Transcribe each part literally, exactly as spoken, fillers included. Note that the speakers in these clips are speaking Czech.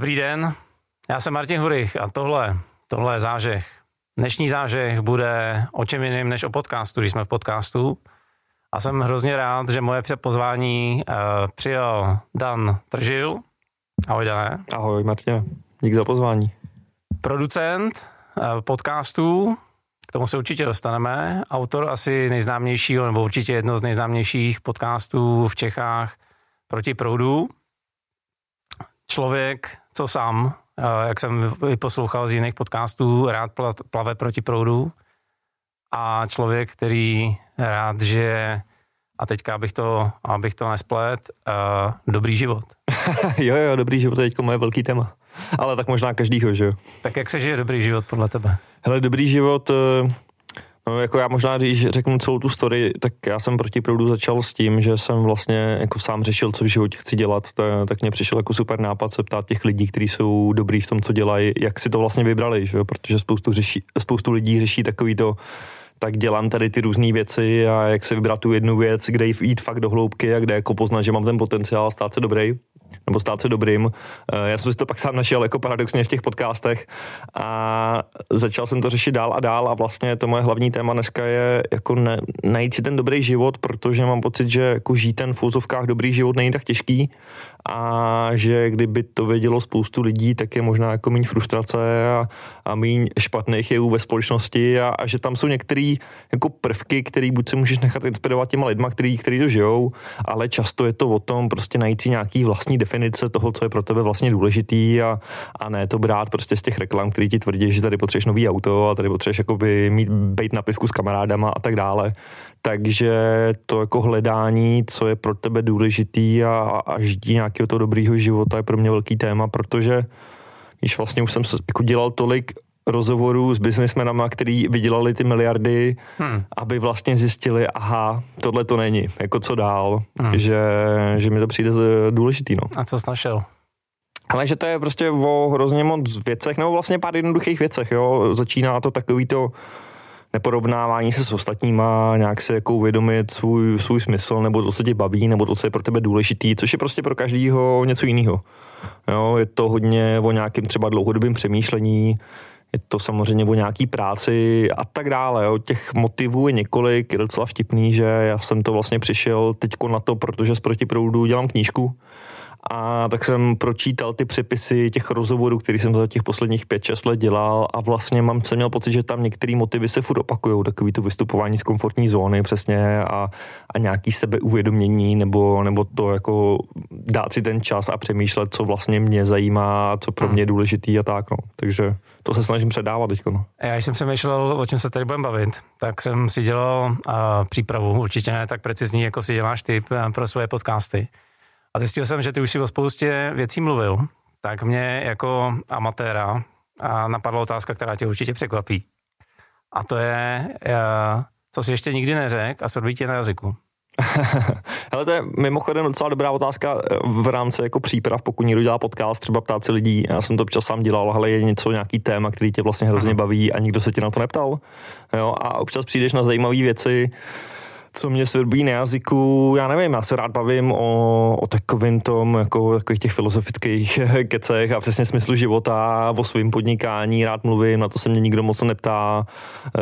Dobrý den, já jsem Martin Hurich a tohle, tohle je zážeh. Dnešní zážeh bude o čem jiným než o podcastu, když jsme v podcastu. A jsem hrozně rád, že moje pozvání uh, přijal Dan Tržil. Ahoj, Dané. Ahoj, Martin. Dík za pozvání. Producent uh, podcastů, k tomu se určitě dostaneme. Autor asi nejznámějšího, nebo určitě jedno z nejznámějších podcastů v Čechách Proti proudu. Člověk, co sám, uh, jak jsem poslouchal z jiných podcastů, rád plave proti proudu. A člověk, který rád žije, a teďka abych to, abych to nesplet, uh, dobrý život. jo, jo, dobrý život je teďko moje velký téma. Ale tak možná každýho, že jo. Tak jak se žije dobrý život podle tebe? Hele, dobrý život, no jako já možná, když řeknu celou tu story, tak já jsem Proti proudu začal s tím, že jsem vlastně jako sám řešil, co v životě chci dělat, tak, tak mě přišel jako super nápad se ptát těch lidí, kteří jsou dobrý v tom, co dělají, jak si to vlastně vybrali, že jo, protože spoustu, řeší, spoustu lidí řeší takový to, tak dělám tady ty různé věci a jak se vybrat tu jednu věc, kde jít fakt do hloubky a kde jako poznat, že mám ten potenciál stát se dobrý nebo stát se dobrým. Já jsem si to pak sám našel jako paradoxně v těch podcastech a začal jsem to řešit dál a dál a vlastně to moje hlavní téma dneska je jako ne, najít si ten dobrý život, protože mám pocit, že jako žít ten v úzovkách dobrý život není tak těžký a že kdyby to vědělo spoustu lidí, tak je možná jako méně frustrace a, a méně špatných jevů ve společnosti a, a že tam jsou některé jako prvky, které buď se můžeš nechat inspirovat těma lidma, který, který to žijou, ale často je to o tom prostě najít si nějaký vlastní definice toho, co je pro tebe vlastně důležitý a, a ne to brát prostě z těch reklam, který ti tvrdí, že tady potřebuješ nový auto a tady potřebuješ jakoby mít, být na pivku s kamarádama a tak dále. Takže to jako hledání, co je pro tebe důležitý a, a žití nějakého toho dobrýho života je pro mě velký téma, protože když vlastně už jsem se jako dělal tolik rozhovorů s biznismenama, který vydělali ty miliardy, hmm. aby vlastně zjistili, aha, tohle to není, jako co dál, hmm. že, že mi to přijde důležitý. No. A co jsi našel? Ale že to je prostě o hrozně moc věcech, nebo vlastně pár jednoduchých věcech, jo. Začíná to takový to neporovnávání se s ostatníma, nějak se jako uvědomit svůj, svůj smysl, nebo to, co tě baví, nebo to, co je pro tebe důležitý, což je prostě pro každýho něco jiného. Jo, je to hodně o nějakém třeba dlouhodobém přemýšlení, je to samozřejmě o nějaký práci a tak dále. Jo. Těch motivů je několik, je docela vtipný, že já jsem to vlastně přišel teďko na to, protože z Proti proudu dělám knížku. A tak jsem pročítal ty přepisy těch rozhovorů, který jsem za těch posledních pět šest let dělal a vlastně mám jsem měl pocit, že tam některé motivy se furt opakujou, takový to vystupování z komfortní zóny přesně a, a nějaký sebeuvědomění nebo, nebo to jako dát si ten čas a přemýšlet, co vlastně mě zajímá, co pro mě je důležitý a tak, no. Takže to se snažím předávat teďko, no. Já když jsem přemýšlel, o čem se tady budeme bavit, tak jsem si dělal uh, přípravu, určitě ne tak precizní, jako si děláš ty pro svoje podcasty. A zjistil jsem, že ty už si o spoustě věcí mluvil, tak mě jako amatéra napadla otázka, která tě určitě překvapí. A to je, co jsi ještě nikdy neřekl a co tě na jazyku. Hele, to je mimochodem docela dobrá otázka v rámci jako příprav, pokud někdo dělá podcast, třeba ptát se lidí, já jsem to občas sám dělal, ale je něco, nějaký téma, který tě vlastně hrozně baví a nikdo se tě na to neptal. Jo, a občas přijdeš na zajímavé věci, co mě svrbí na jazyku, já nevím, já se rád bavím o, o takovým tom, jako takových těch filozofických kecech a přesně smyslu života, o svém podnikání rád mluvím, na to se mě nikdo moc neptá, e,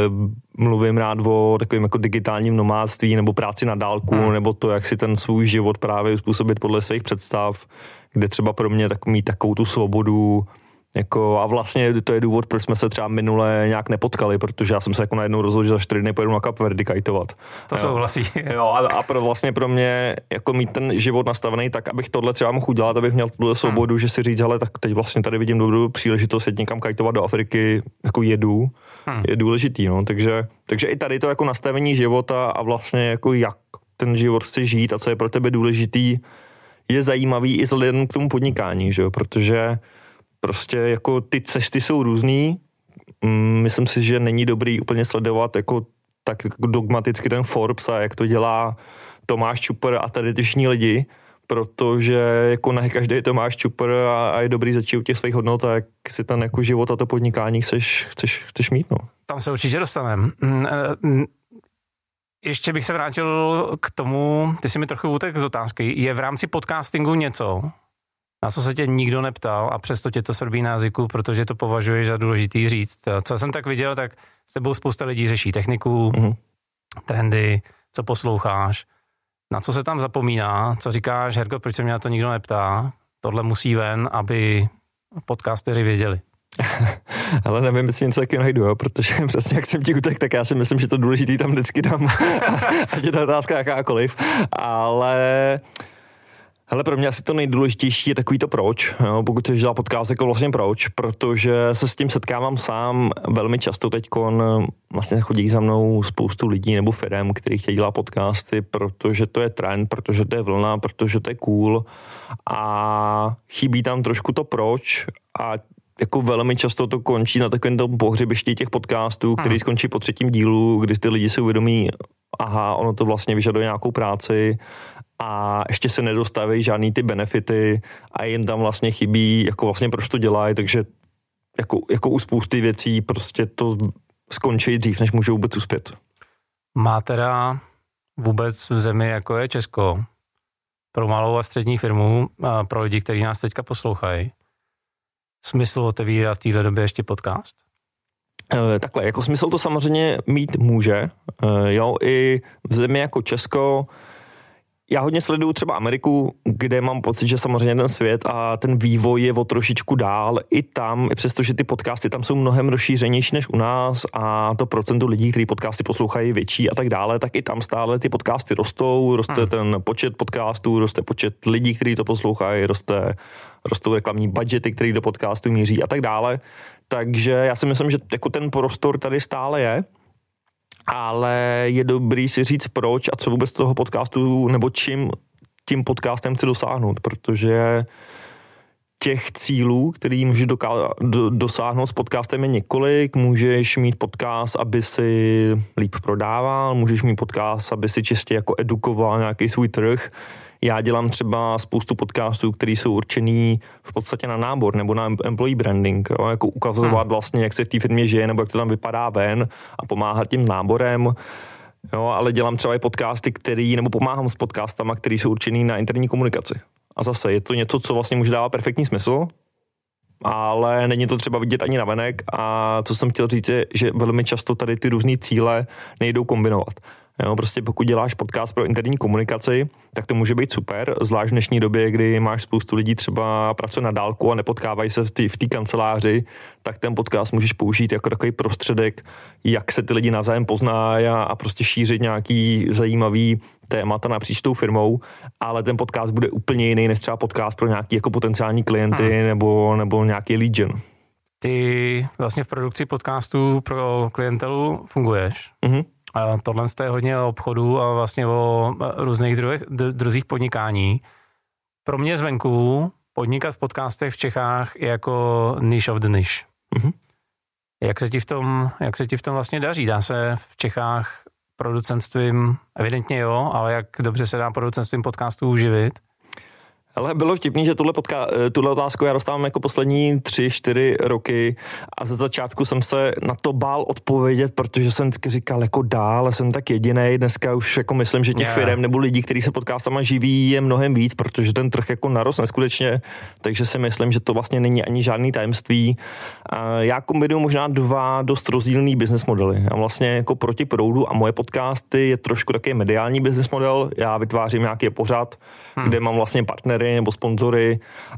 mluvím rád o takovém jako digitálním nomádství nebo práci na dálku, hmm. nebo to, jak si ten svůj život právě uspůsobit podle svých představ, kde třeba pro mě tak mít takovou tu svobodu. Jako, a vlastně to je důvod, proč jsme se třeba minule nějak nepotkali, protože já jsem se jako najednou rozhodl, že za čtyři dny pojedu na Kap Verdy kajtovat. To souhlasí. Jo, a, a pro vlastně pro mě jako mít ten život nastavený tak, abych tohle třeba mohl udělat, abych měl tuhle svobodu, hmm. že si říct, hele, tak teď vlastně tady vidím dobrou příležitost jet někam kajtovat do Afriky, jako jedu, hmm. je důležitý, no, takže, takže i tady to jako nastavení života a vlastně jako jak ten život chci žít a co je pro tebe důležitý, je zajímavý i vzhledem k tomu podnikání, že jo, protože prostě jako ty cesty jsou různý. Myslím si, že není dobrý úplně sledovat jako tak dogmaticky ten Forbes a jak to dělá Tomáš Čupr a tady ty všichni lidi, protože jako ne každý je Tomáš Čupr a, a je dobrý začít u těch svých hodnot a jak si ten jako život a to podnikání chceš, chceš, chceš mít, no. Tam se určitě dostaneme. Ještě bych se vrátil k tomu, ty si mi trochu utek z otázky, je v rámci podcastingu něco, na co se tě nikdo neptal a přesto tě to svrbí na jazyku, protože to považuješ za důležitý říct. Co jsem tak viděl, tak s tebou spousta lidí řeší techniku, mm-hmm. trendy, co posloucháš, na co se tam zapomíná, co říkáš, Herko, proč se mě na to nikdo neptá, tohle musí ven, aby podcasteři věděli. Ale nevím, jestli něco taky najdu, jo, protože přesně jak jsem ti utek, tak já si myslím, že to důležitý tam vždycky dám, ať je ta otázka jakákoliv, ale hele, pro mě asi to nejdůležitější je takový to proč, jo, pokud chceš dělat podcast, jako vlastně proč, protože se s tím setkávám sám velmi často teďkon, vlastně chodí za mnou spoustu lidí nebo firem, kteří chtějí dělat podcasty, protože to je trend, protože to je vlna, protože to je cool a chybí tam trošku to proč a jako velmi často to končí na takovém tom pohřebišti těch podcastů, který skončí po třetím dílu, kdy ty lidi si uvědomí, aha, ono to vlastně vyžaduje nějakou práci a ještě se nedostaví žádný ty benefity a jim tam vlastně chybí, jako vlastně proč to dělají, takže jako, jako u spousty věcí prostě to skončí dřív, než můžou vůbec uspět. Má teda vůbec v zemi, jako je Česko, pro malou a střední firmu, a pro lidi, kteří nás teďka poslouchají, smysl otevírat v téhle době ještě podcast? E, takhle, jako smysl to samozřejmě mít může. E, jo, i v zemi jako Česko, já hodně sleduju třeba Ameriku, kde mám pocit, že samozřejmě ten svět a ten vývoj je o trošičku dál. I tam, i přesto, že ty podcasty tam jsou mnohem rozšířenější než u nás a to procento lidí, kteří podcasty poslouchají, větší a tak dále, tak i tam stále ty podcasty rostou, roste hmm. ten počet podcastů, roste počet lidí, kteří to poslouchají, roste, rostou reklamní budgety, který do podcastu míří a tak dále. Takže já si myslím, že jako ten prostor tady stále je. Ale je dobrý si říct proč a co vůbec toho podcastu, nebo čím tím podcastem chci dosáhnout, protože těch cílů, který můžeš doká- do- dosáhnout s podcastem je několik. Můžeš mít podcast, aby si líp prodával, můžeš mít podcast, aby si čistě jako edukoval nějaký svůj trh. Já dělám třeba spoustu podcastů, které jsou určený v podstatě na nábor nebo na employee branding, jo? Jako ukazovat vlastně, jak se v té firmě žije nebo jak to tam vypadá ven a pomáhat tím náborem. Jo? Ale dělám třeba i podcasty, který, nebo pomáhám s podcastama, které jsou určený na interní komunikaci. A zase je to něco, co vlastně může dávat perfektní smysl, ale není to třeba vidět ani navenek a co jsem chtěl říct je, že velmi často tady ty různý cíle nejdou kombinovat. Jo, prostě pokud děláš podcast pro interní komunikaci, tak to může být super, zvlášť v dnešní době, kdy máš spoustu lidí třeba pracuje na dálku a nepotkávají se v té kanceláři, tak ten podcast můžeš použít jako takový prostředek, jak se ty lidi navzájem poznají a, a prostě šířit nějaký zajímavý témata napříč tou firmou, ale ten podcast bude úplně jiný než třeba podcast pro nějaký jako potenciální klienty hmm. nebo, nebo nějaký lead gen. Ty vlastně v produkci podcastů pro klientelu funguješ. Mhm. A tohle je hodně o obchodu a vlastně o různých druhých, druzích podnikání. Pro mě zvenku podnikat v podcastech v Čechách je jako niche of the niche. Mm-hmm. Jak se ti v tom, jak se ti v tom vlastně daří? Dá se v Čechách producentstvím, evidentně jo, ale jak dobře se dá producentstvím podcastů uživit? Ale bylo vtipný, že tuhle, podka- tuhle otázku já dostávám jako poslední tři, čtyři roky a ze začátku jsem se na to bál odpovědět, protože jsem vždycky říkal jako dál, jsem tak jedinej, dneska už jako myslím, že těch yeah. firem nebo lidí, kteří se podcastama živí, je mnohem víc, protože ten trh jako narost neskutečně, takže si myslím, že to vlastně není ani žádný tajemství. A já kombinuju možná dva dost rozdílný business modely. A vlastně jako proti proudu a moje podcasty je trošku takový mediální business model. Já vytvářím nějaký pořad, hmm. kde mám vlastně partnery nebo sponzory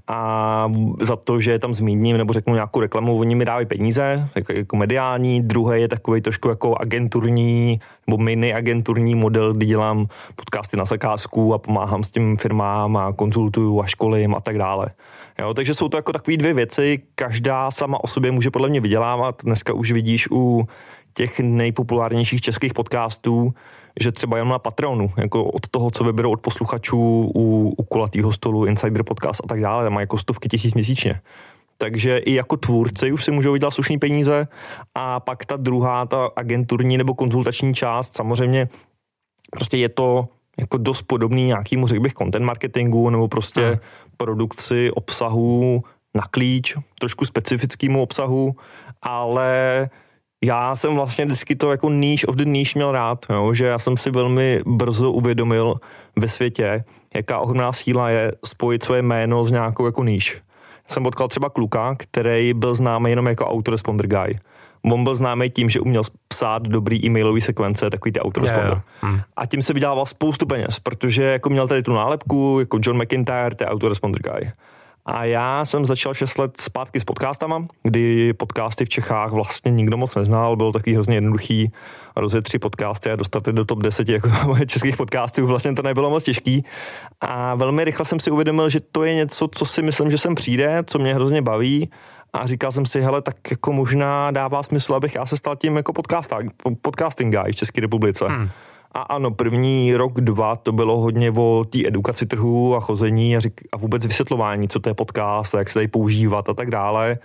a za to, že je tam zmíním nebo řeknu nějakou reklamu, oni mi dávají peníze, jako, jako mediální. Druhý je takový trošku jako agenturní nebo mini agenturní model, kdy dělám podcasty na zakázku a pomáhám s tím firmám a konzultuju a školím a tak dále. Jo, takže jsou to jako takové dvě věci, každá sama o sobě může podle mě vydělávat. Dneska už vidíš u těch nejpopulárnějších českých podcastů, že třeba jenom na Patreonu, jako od toho, co vyberou od posluchačů u, u kulatýho stolu, Insider Podcast a tak dále, tam mají jako stovky tisíc měsíčně. Takže i jako tvůrci už si můžou vydělat slušný peníze a pak ta druhá, ta agenturní nebo konzultační část, samozřejmě prostě je to jako dost podobný nějakýmu, řekl bych, content marketingu nebo prostě hmm. produkci obsahu na klíč, trošku specifickému obsahu, ale Já jsem vlastně vždycky to jako niche of the niche měl rád, jo? Že já jsem si velmi brzo uvědomil ve světě, jaká ohromná síla je spojit svoje jméno s nějakou jako niche. Jsem potkal třeba kluka, který byl známý jenom jako autoresponder guy. On byl známý tím, že uměl psát dobrý e-mailový sekvence, takový ty autoresponder. Yeah, yeah. Hmm. A tím se vydělával spoustu peněz, protože jako měl tady tu nálepku, jako John McIntyre, to je autoresponder guy. A já jsem začal šest let zpátky s podcastama, kdy podcasty v Čechách vlastně nikdo moc neznal, bylo takový hrozně jednoduchý rozjet tři podcasty a dostat je do top deset jako českých podcastů, vlastně to nebylo moc těžký. A velmi rychle jsem si uvědomil, že to je něco, co si myslím, že sem přijde, co mě hrozně baví. A říkal jsem si, hele, tak jako možná dává smysl, abych já se stal tím jako podcasting guy v České republice. Hmm. A ano, první rok, dva, to bylo hodně o té edukaci trhu a chození a, řík, a vůbec vysvětlování, co to je podcast a jak se dají používat a tak dále.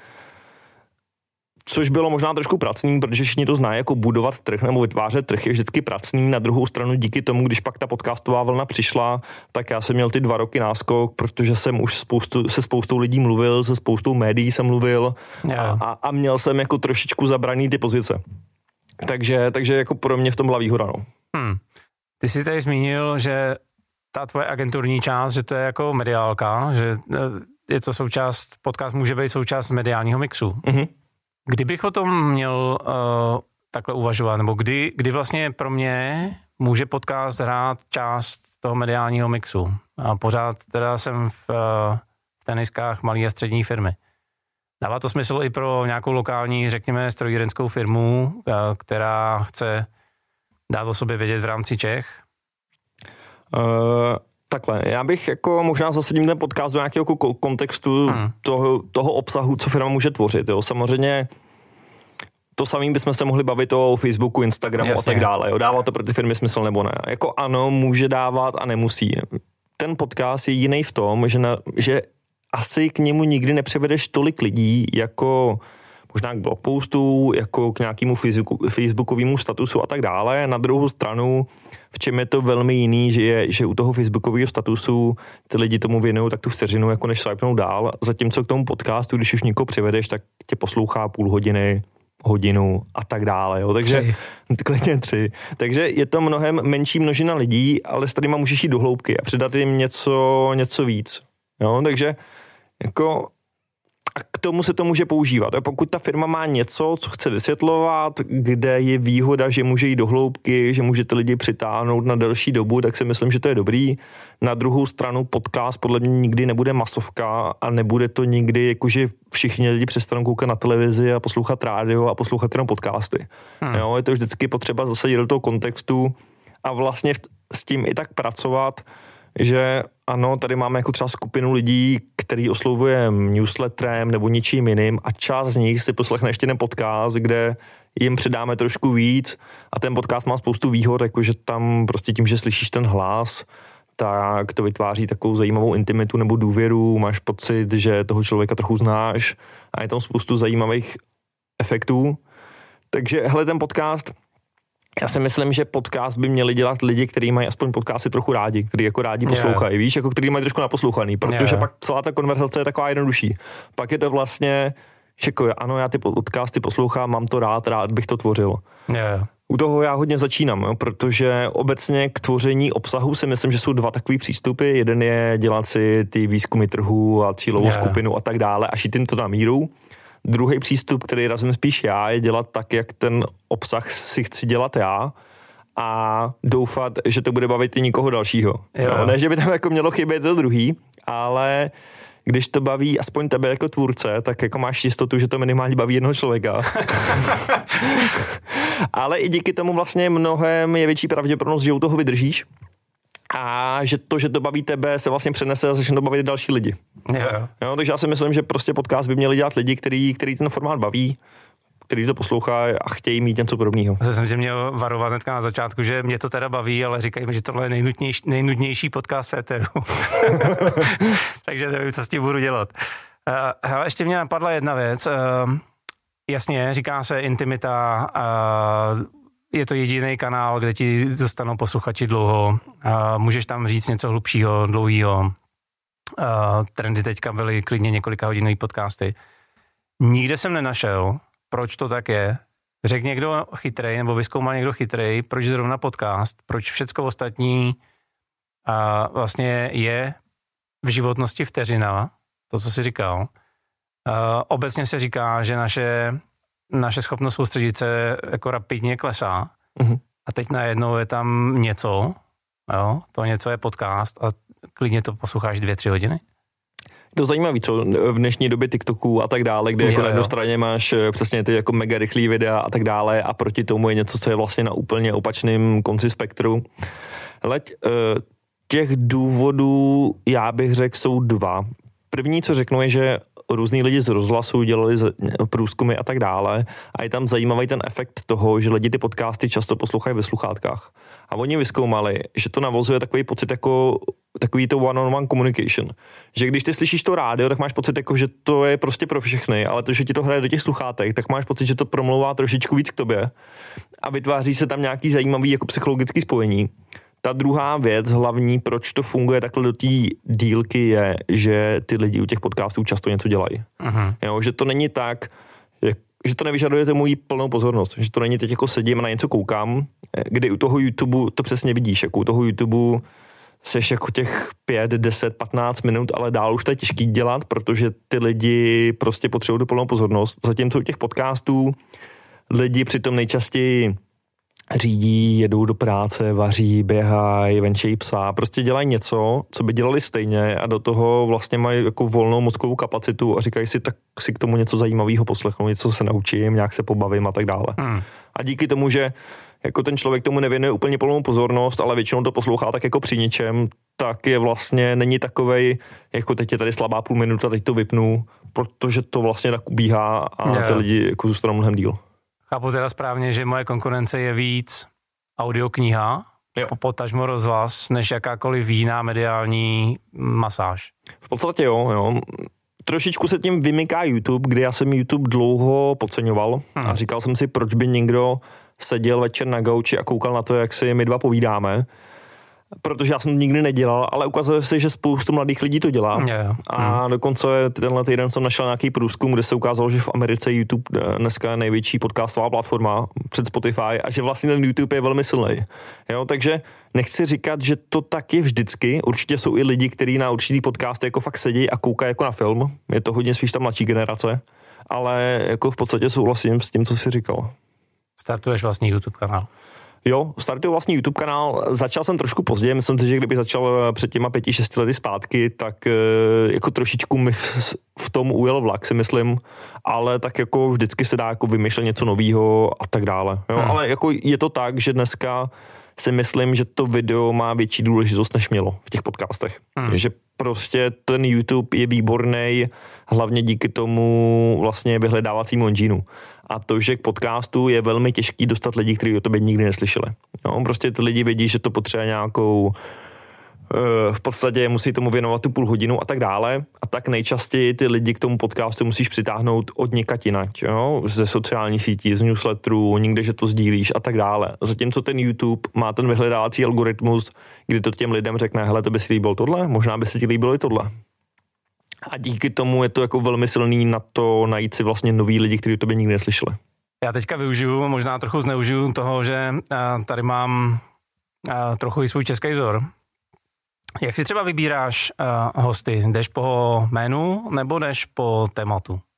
Což bylo možná trošku pracný, protože všichni to znají, jako budovat trh nebo vytvářet trh je vždycky pracný. Na druhou stranu díky tomu, když pak ta podcastová vlna přišla, tak já jsem měl ty dva roky náskok, protože jsem už spoustu, se spoustou lidí mluvil, se spoustou médií jsem mluvil a, a, a měl jsem jako trošičku zabraný ty pozice. Takže, takže jako pro mě v tom byla výhoda, no. Hmm. Ty jsi tady zmínil, že ta tvoje agenturní část, že to je jako mediálka, že je to součást, podcast může být součást mediálního mixu. Mm-hmm. Kdybych o tom měl uh, takhle uvažovat, nebo kdy, kdy vlastně pro mě může podcast hrát část toho mediálního mixu. A pořád teda jsem v, uh, v teniskách malé a střední firmy. Dává to smysl i pro nějakou lokální, řekněme, strojírenskou firmu, uh, která chce dát o sobě vědět v rámci Čech? Uh, takhle, já bych jako možná zasadím ten podcast do nějakého kontextu hmm. toho, toho obsahu, co firma může tvořit. Jo. Samozřejmě to samým bychom se mohli bavit o Facebooku, Instagramu Jasně. a tak dále. Jo. Dává to pro ty firmy smysl nebo ne? Jako ano, může dávat a nemusí. Ten podcast je jiný v tom, že, na, že asi k němu nikdy nepřivedeš tolik lidí, jako možná k blogpostu, jako k nějakému facebookovému statusu a tak dále. Na druhou stranu, v čem je to velmi jiný, že, je, že u toho facebookového statusu ty lidi tomu věnují tak tu vteřinu, jako než swipnou dál, zatímco k tomu podcastu, když už někoho přivedeš, tak tě poslouchá půl hodiny, hodinu a tak dále. Jo. Takže tři. Klidně tři. Takže je to mnohem menší množina lidí, ale s kterýma můžeš jít do hloubky a přidat jim něco, něco víc. Jo. Takže jako a k tomu se to může používat. Pokud ta firma má něco, co chce vysvětlovat, kde je výhoda, že může jít do hloubky, že může ty lidi přitáhnout na delší dobu, tak si myslím, že to je dobrý. Na druhou stranu podcast podle mě nikdy nebude masovka a nebude to nikdy, jakože všichni lidi přestanou koukat na televizi a poslouchat rádio a poslouchat jenom podcasty. Hmm. Jo, je to vždycky potřeba zasadit do toho kontextu a vlastně s tím i tak pracovat, že ano, tady máme jako třeba skupinu lidí, který oslovujeme newsletterem nebo ničím jiným a část z nich si poslechne ještě ten podcast, kde jim předáme trošku víc a ten podcast má spoustu výhod, jakože tam prostě tím, že slyšíš ten hlas, tak to vytváří takovou zajímavou intimitu nebo důvěru, máš pocit, že toho člověka trochu znáš a je tam spoustu zajímavých efektů. Takže hele, ten podcast, já si myslím, že podcast by měli dělat lidi, kteří mají aspoň podcasty trochu rádi, kteří jako rádi poslouchají, yeah. víš, jako kteří mají trošku naposlouchaný, protože yeah. pak celá ta konverzace je taková jednodušší. Pak je to vlastně, že jako, ano, já ty podcasty poslouchám, mám to rád, rád bych to tvořil. Yeah. U toho já hodně začínám, jo, protože obecně k tvoření obsahu si myslím, že jsou dva takový přístupy. Jeden je dělat si ty výzkumy trhu a cílovou yeah. skupinu a tak dále a šít jim to na míru. Druhý přístup, který razím spíš já, je dělat tak, jak ten obsah si chci dělat já a doufat, že to bude bavit i nikoho dalšího. No, ne, že by tam jako mělo chybět to druhý, ale když to baví aspoň tebe jako tvůrce, tak jako máš jistotu, že to minimálně baví jednoho člověka. Ale i díky tomu vlastně mnohem je větší pravděpodobnost, že u toho vydržíš a že to, že to baví tebe, se vlastně přenese a začne to bavit další lidi. Jo. Jo, takže já si myslím, že prostě podcast by měli dělat lidi, který, který ten formát baví, který to poslouchá a chtějí mít něco podobného. Já jsem tě měl varovat hnedka na začátku, že mě to teda baví, ale říkají mi, že tohle je nejnudnější, nejnudnější podcast v éteru. Takže nevím, co s tím budu dělat. Uh, hele, ještě mě napadla jedna věc. Uh, jasně, říká se intimita, uh, je to jediný kanál, kde ti dostanou posluchači dlouho. Uh, můžeš tam říct něco hlubšího, dlouhýho. Uh, trendy teďka byly klidně několika hodinový podcasty. Nikde jsem nenašel, proč to tak je, Řekl někdo chytrej, nebo vyzkoumal někdo chytrej, proč zrovna podcast, proč všecko ostatní a vlastně je v životnosti vteřina, to, co jsi říkal. A obecně se říká, že naše, naše schopnost soustředit se jako rapidně klesá uh-huh. a teď najednou je tam něco, jo, to něco je podcast a klidně to posloucháš dvě, tři hodiny. To zajímavé, co v dnešní době TikToků a tak dále, kde jo, jako na jedné straně máš přesně ty jako mega rychlý videa a tak dále a proti tomu je něco, co je vlastně na úplně opačným konci spektru. Leď, těch důvodů, já bych řekl, jsou dva. První, co řeknu, je, že různý lidi z rozhlasu dělali průzkumy a tak dále a je tam zajímavý ten efekt toho, že lidi ty podcasty často poslouchají ve sluchátkách. A oni vyzkoumali, že to navozuje takový pocit jako takový to one-on-one communication. Že když ty slyšíš to rádio, tak máš pocit, jako, že to je prostě pro všechny, ale to, že ti to hraje do těch sluchátek, tak máš pocit, že to promlouvá trošičku víc k tobě a vytváří se tam nějaký zajímavý jako psychologický spojení. Ta druhá věc, hlavní, proč to funguje takhle do té dílky, je, že ty lidi u těch podcastů často něco dělají. Uh-huh. Jo, že to není tak, že to nevyžadujete moji plnou pozornost, že to není teď jako sedím a na něco koukám, kdy u toho YouTube to přesně vidíš, jako u toho YouTube seš jako těch pět, deset, patnáct minut, ale dál už to je těžký dělat, protože ty lidi prostě potřebují tu plnou pozornost. Zatímco u těch podcastů lidi přitom nejčastěji řídí, jedou do práce, vaří, běhají, venčejí psa, prostě dělají něco, co by dělali stejně a do toho vlastně mají jako volnou mozkovou kapacitu a říkají si, tak si k tomu něco zajímavého poslechnu, něco se naučím, nějak se pobavím a tak dále. Hmm. A díky tomu, že jako ten člověk tomu nevěnuje úplně plnou pozornost, ale většinou to poslouchá tak jako při ničem, tak je vlastně, není takovej, jako teď je tady slabá půl minuta, teď to vypnu, protože to vlastně tak ubíhá a yeah. ty lidi jako zůstanou mnohem díl. Chápu teda správně, že moje konkurence je víc audiokniha, potažmo rozhlas, než jakákoliv jiná mediální masáž. V podstatě jo, jo. Trošičku se tím vymyká YouTube, kdy já jsem YouTube dlouho podceňoval hmm. a říkal jsem si, proč by někdo seděl večer na gauči a koukal na to, jak si my dva povídáme. Protože já jsem to nikdy nedělal, ale ukazuje se, že spoustu mladých lidí to dělá. Yeah. A hmm. dokonce tenhle týden jsem našel nějaký průzkum, kde se ukázalo, že v Americe YouTube dneska je největší podcastová platforma před Spotify a že vlastně ten YouTube je velmi silný. Jo, takže nechci říkat, že to tak je vždycky. Určitě jsou i lidi, kteří na určitý podcasty jako fakt sedí a koukají jako na film. Je to hodně spíš ta mladší generace, ale jako v podstatě souhlasím s tím, co jsi říkal. Startuješ vlastní YouTube kanál. Jo, startuju vlastní YouTube kanál, začal jsem trošku později, myslím si, že kdybych začal před těma pěti, šesti lety zpátky, tak jako trošičku mi v tom ujel vlak, si myslím, ale tak jako vždycky se dá jako vymýšlet něco novýho a tak dále. Jo, hmm. Ale jako je to tak, že dneska si myslím, že to video má větší důležitost, než mělo v těch podcastech. Hmm. Že prostě ten YouTube je výborný, hlavně díky tomu vlastně vyhledávacímu engineu. A to, že k podcastu je velmi těžký dostat lidi, kteří o tobě nikdy neslyšeli. Jo, prostě ty lidi vědí, že to potřebuje nějakou, v podstatě musí tomu věnovat tu půl hodinu a tak dále. A tak nejčastěji ty lidi k tomu podcastu musíš přitáhnout od někud jinak, jo? Ze sociálních sítí, z newsletterů, někde, že to sdílíš a tak dále. Zatímco ten YouTube má ten vyhledávací algoritmus, kdy to těm lidem řekne, hele, to by si líbilo tohle, možná by se ti líbilo i tohle. A díky tomu je to jako velmi silný na to najít si vlastně nový lidi, kteří to by nikdy neslyšeli. Já teďka využiju, možná trochu zneužiju toho, že tady mám trochu i svůj český vzor. Jak si třeba vybíráš uh, hosty? Jdeš po jménu nebo jdeš po tématu? Uh,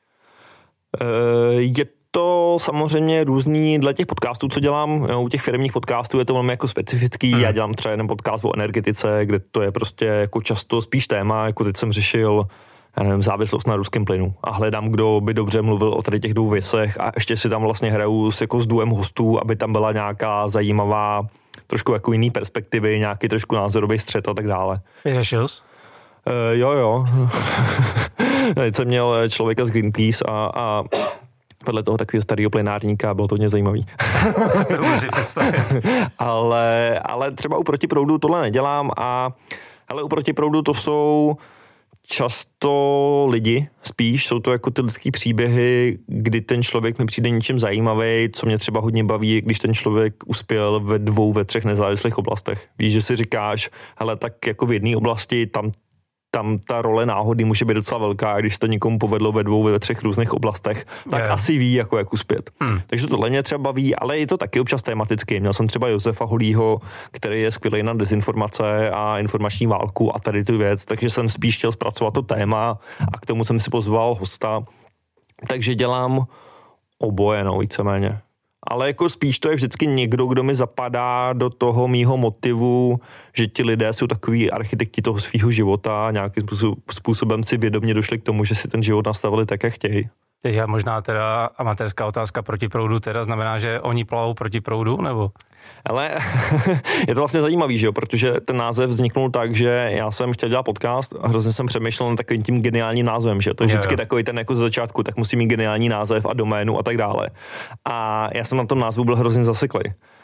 je to samozřejmě různý dle těch podcastů, co dělám. Jo, u těch firmních podcastů je to velmi jako specifický. Hmm. Já dělám třeba jeden podcast o energetice, kde to je prostě jako často spíš téma, jako teď jsem řešil, já nevím, závislost na ruském plynu a hledám, kdo by dobře mluvil o tady těch dvou věcech a ještě si tam vlastně hraju s, jako s duem hostů, aby tam byla nějaká zajímavá trošku jako jiný perspektivy, nějaký trošku názorový střet a tak dále. Vyřešil jsi? Uh, jo, jo. Teď jsem měl člověka z Greenpeace a, a vedle toho takového starého plenárníka, bylo to hodně zajímavý. To musím představit. ale, ale třeba u protiproudu tohle nedělám a ale u protiproudu to jsou často lidi, spíš jsou to jako ty lidský příběhy, kdy ten člověk mi přijde něčím zajímavý, co mě třeba hodně baví, když ten člověk uspěl ve dvou, ve třech nezávislých oblastech. Víš, že si říkáš, hele, tak jako v jedné oblasti tam tam ta role náhody může být docela velká, a když se to někomu povedlo ve dvou, ve třech různých oblastech, tak je. asi ví, jako jak uspět. Hmm. Takže tohle mě třeba baví, ale je to taky občas tematicky. Měl jsem třeba Josefa Holího, který je skvělý na dezinformace a informační válku a tady tu věc, takže jsem spíš chtěl zpracovat to téma a k tomu jsem si pozval hosta. Takže dělám oboje, no, víceméně. Ale jako spíš to je vždycky někdo, kdo mi zapadá do toho mýho motivu, že ti lidé jsou takový architekti toho svého života a nějakým způsobem si vědomě došli k tomu, že si ten život nastavili tak, jak chtějí. Teď je možná teda amatérská otázka proti proudu, teda znamená, že oni plavou proti proudu, nebo? Ale je to vlastně zajímavý, že jo, protože ten název vzniknul tak, že já jsem chtěl dělat podcast a hrozně jsem přemýšlel nad takovým tím geniálním názvem, že to je vždycky takový ten jako z začátku, tak musí mít geniální název a doménu a tak dále. A já jsem na tom názvu byl hrozně zaseklý.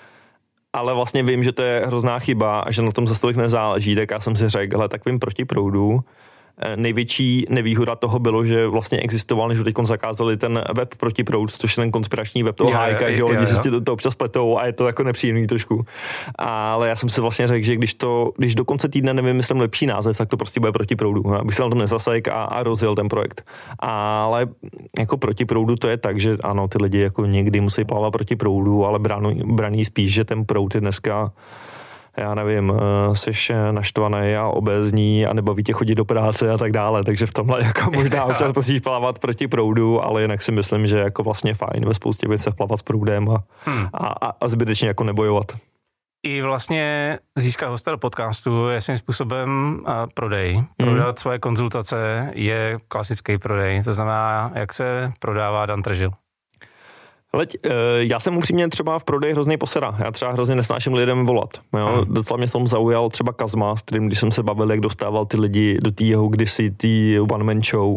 Ale vlastně vím, že to je hrozná chyba a že na tom zase tolik nezáleží, tak já jsem si řekl, hele, tak vím proti proudu. Největší nevýhoda toho bylo, že vlastně existoval, než teď zakázali ten web proti proudu, což je ten konspirační web toho Hájka, že lidi se to, to občas pletou a je to jako nepříjemný trošku. Ale já jsem si vlastně řekl, že když to, když do konce týdne nevymyslím lepší název, tak to prostě bude proti proudu. Abych se na tom nezasek a, a rozjel ten projekt. Ale jako proti proudu to je tak, že ano, ty lidi jako někdy musí plavat proti proudu, ale braní spíš, že ten proud je dneska, já nevím, seš naštvaný a obézní a nebaví tě chodit do práce a tak dále, takže v tomhle jako možná občas musíš plavat proti proudu, ale jinak si myslím, že jako vlastně fajn ve spoustě věcech plavat s proudem a, hmm. a, a zbytečně jako nebojovat. I vlastně získat hosta do podcastu je svým způsobem prodej. Prodat hmm. svoje konzultace je klasický prodej, to znamená, jak se prodává Dan Tržil. Leď, já jsem upřímně třeba v prodeji hrozný posera. Já třeba hrozně nesnáším lidem volat. Jo? Hmm. Docela mě v tom zaujal třeba Kazma, s kterým, když jsem se bavil, jak dostával ty lidi do té jeho kdysi tý one man show.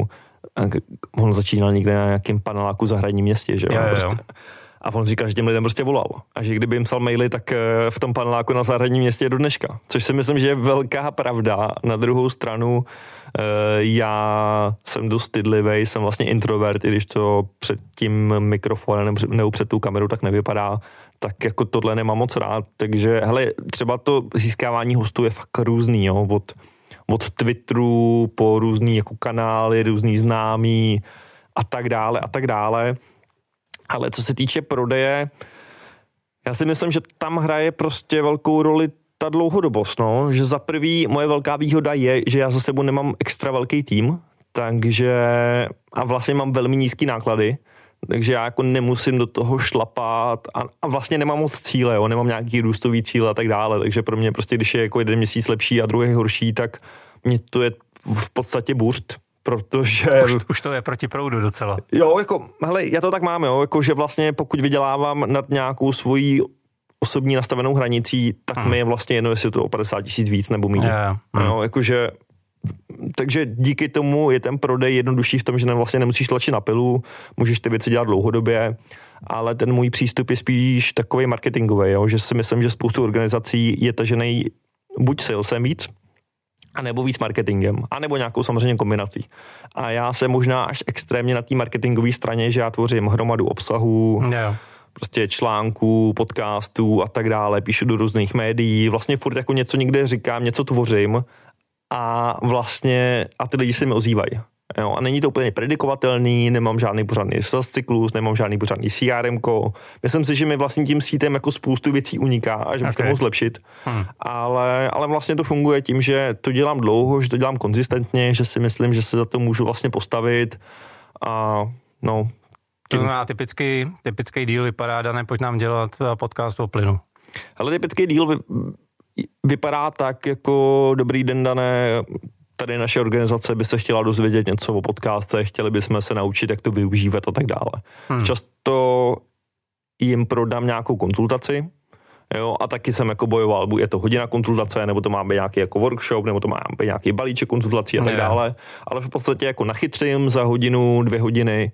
On začínal někde na nějakém paneláku za hradním městě, že jo? jo, prostě. jo. A on říká, že těm lidem prostě volal. A že kdyby jim psal maily, tak v tom paneláku na zahradním městě je do dneška. Což si myslím, že je velká pravda. Na druhou stranu já jsem dost stydlivý, jsem vlastně introvert, i když to před tím mikrofonem nebo před tu kamerou tak nevypadá, tak jako tohle nemám moc rád. Takže hele, třeba to získávání hostů je fakt různý, jo? Od, od Twitteru po různý jako kanály, různý známí a tak dále a tak dále. Ale co se týče prodeje, já si myslím, že tam hraje prostě velkou roli ta dlouhodobost, no, že za prvý moje velká výhoda je, že já za sebou nemám extra velký tým, takže a vlastně mám velmi nízký náklady, takže já jako nemusím do toho šlapat a, a vlastně nemám moc cíle, jo, nemám nějaký růstový cíle a tak dále, takže pro mě prostě, když je jako jeden měsíc lepší a druhý horší, tak mě to je v podstatě burst. Protože... Už, už to je proti proudu docela. Jo, jako, hele, já to tak mám, jo, jako, že vlastně pokud vydělávám nad nějakou svojí osobní nastavenou hranicí, tak hmm. mi je vlastně jedno, jestli to o padesát tisíc víc nebo méně. Yeah. Hmm. Jo, jakože, takže díky tomu je ten prodej jednodušší v tom, že ne, vlastně nemusíš tlačit na pilu, můžeš ty věci dělat dlouhodobě, ale ten můj přístup je spíš takový marketingový, jo, že si myslím, že spoustu organizací je tažený buď salesem víc, a nebo víc marketingem, a nebo nějakou samozřejmě kombinací. A já jsem možná až extrémně na té marketingové straně, že já tvořím hromadu obsahu, yeah. prostě článků, podcastů a tak dále, píšu do různých médií, vlastně furt jako něco někde říkám, něco tvořím a vlastně, a ty lidi se mi ozývají. Jo, a není to úplně predikovatelný, nemám žádný pořádný sales cyklus, nemám žádný pořádný C R M ko. Myslím si, že mi vlastně tím sítem jako spoustu věcí uniká a že bych okay. to mohl zlepšit. Hmm. Ale, ale vlastně to funguje tím, že to dělám dlouho, že to dělám konzistentně, že si myslím, že se za to můžu vlastně postavit a no. To znamená, typický, typický díl vypadá, Dané, pojď nám dělat podcast o plynu. Ale typický díl vy, vypadá tak jako dobrý den, Dané, tady naše organizace by se chtěla dozvědět něco o podcastech, chtěli bychom se naučit, jak to využívat a tak dále. Hmm. Často jim prodám nějakou konzultaci, jo, a taky jsem jako bojoval, je to hodina konzultace, nebo to má být nějaký jako workshop, nebo to má být nějaký balíček konzultací a tak dále, ale v podstatě jako nachytřím za hodinu, dvě hodiny.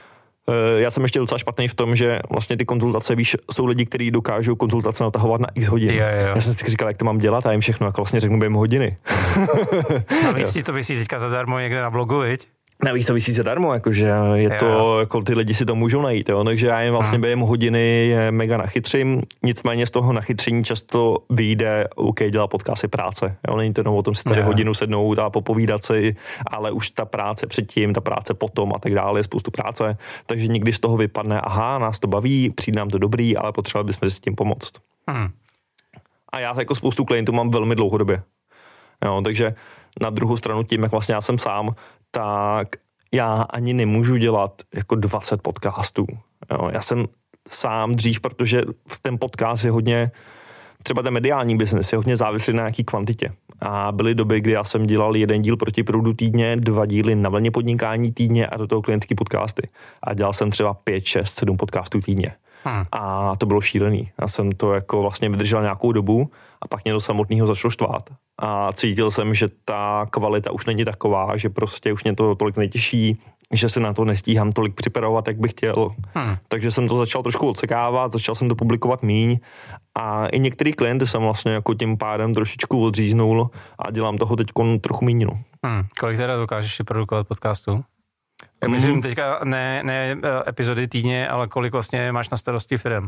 Já jsem ještě docela špatný v tom, že vlastně ty konzultace, víš, jsou lidi, kteří dokážou konzultace natahovat na x hodin. Jo, jo. Já jsem si říkal, jak to mám dělat a jim všechno jako vlastně řeknu během hodiny. Navíc ti to vysí teďka zadarmo někde na blogu, viď? Navíc to vysí zadarmo, jakože je to, jo. Jako ty lidi si to můžou najít, jo, takže já jim vlastně během hodiny je mega nachytřím, nicméně z toho nachytření často vyjde, OK, dělá podcasty práce, jo, není to jenom o tom si tady jo. hodinu sednout a popovídat si, ale už ta práce předtím, ta práce potom a tak dále, je spoustu práce, takže někdy z toho vypadne, aha, nás to baví, přijde nám to dobrý, ale potřebovali bychom si s tím pomoct. Hmm. A já jako spoustu klientů mám velmi dlouhodobě, jo, takže na druhou stranu tím, jak vlastně já jsem sám, tak já ani nemůžu dělat jako dvacet podcastů. Jo, já jsem sám dřív, protože v ten podcast je hodně, třeba ten mediální biznes je hodně závislý na nějaký kvantitě. A byly doby, kdy já jsem dělal jeden díl proti proudu týdně, dva díly na vlně podnikání týdně a do toho klientský podcasty. A dělal jsem třeba pět, šest, sedm podcastů týdně. Hmm. A to bylo šílený. Já jsem to jako vlastně vydržel nějakou dobu a pak mě do samotného začalo štvát. A cítil jsem, že ta kvalita už není taková, že prostě už mě to tolik netěší, že se na to nestíhám tolik připravovat, jak bych chtěl. Hmm. Takže jsem to začal trošku odsekávat, začal jsem to publikovat míň a i některý klienty jsem vlastně jako tím pádem trošičku odříznul a dělám toho teď trochu míň. Hmm. Kolik teda dokážeš produkovat podcastů? Já myslím teďka ne, ne epizody týdně, ale kolik vlastně máš na starosti firem?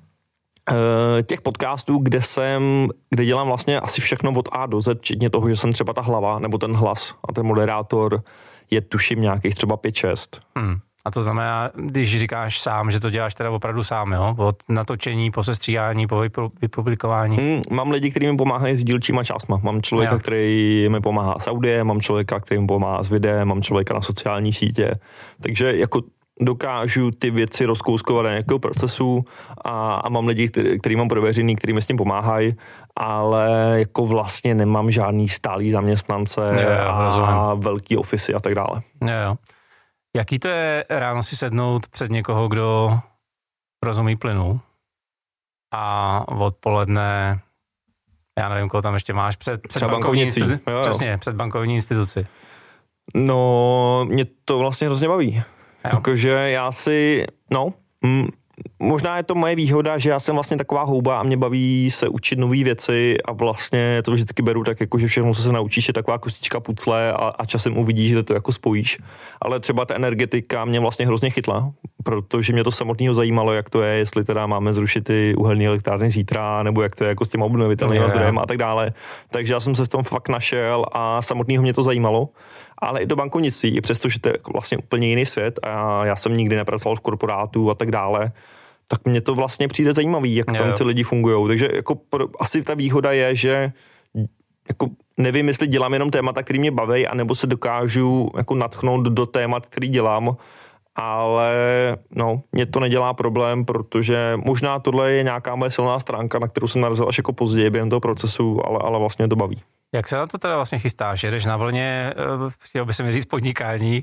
Těch podcastů, kde jsem, kde dělám vlastně asi všechno od A do Z, včetně toho, že jsem třeba ta hlava nebo ten hlas a ten moderátor, je tuším nějakých třeba pět šest. Hmm. A to znamená, když říkáš sám, že to děláš teda opravdu sám, jo? Od natočení, po sestříhání, po vypublikování. Hmm, mám lidi, kteří mi pomáhají s dílčíma částma. Mám člověka, jo. který mi pomáhá s audiem, mám člověka, který mi pomáhá s videem, mám člověka na sociální sítě. Takže jako dokážu ty věci rozkouskovat do nějakého procesu a, a mám lidi, který, který mám prověřený, který mi s tím pomáhají, ale jako vlastně nemám žádný stálý zaměstnance jo, jo, a rozumím. Velký ofisy a tak dále. Jo, jo. Jaký to je ráno si sednout před někoho, kdo rozumí plynu a odpoledne, já nevím, koho tam ještě máš, před, před bankovní instituci. Přesně, před bankovní instituci. No, mě to vlastně hrozně baví. Jakože já si, no, mm, možná je to moje výhoda, že já jsem vlastně taková houba a mě baví se učit nové věci a vlastně to vždycky beru tak jako, že všechno, co se naučíš, je taková kostička pucle a, a časem uvidíš, že to jako spojíš. Ale třeba ta energetika mě vlastně hrozně chytla, protože mě to samotného zajímalo, jak to je, jestli teda máme zrušit ty uhelné elektrárny zítra, nebo jak to je jako s těma obnovitelnými zdrojem a tak dále. Takže já jsem se v tom fakt našel a samotného mě to zajímalo. Ale i to bankovnictví, přestože to je vlastně úplně jiný svět a já jsem nikdy nepracoval v korporátu a tak dále, tak mně to vlastně přijde zajímavý, jak tam ty lidi fungujou. Takže jako pro, asi ta výhoda je, že jako nevím, jestli dělám jenom témata, který mě baví, anebo se dokážu jako natchnout do témat, který dělám, ale no, mě to nedělá problém, protože možná tohle je nějaká moje silná stránka, na kterou jsem narazil až jako později během toho procesu, ale, ale vlastně to baví. Jak se na to teda vlastně chystáš? Jedeš na vlně, chtěl by se mi říct podnikání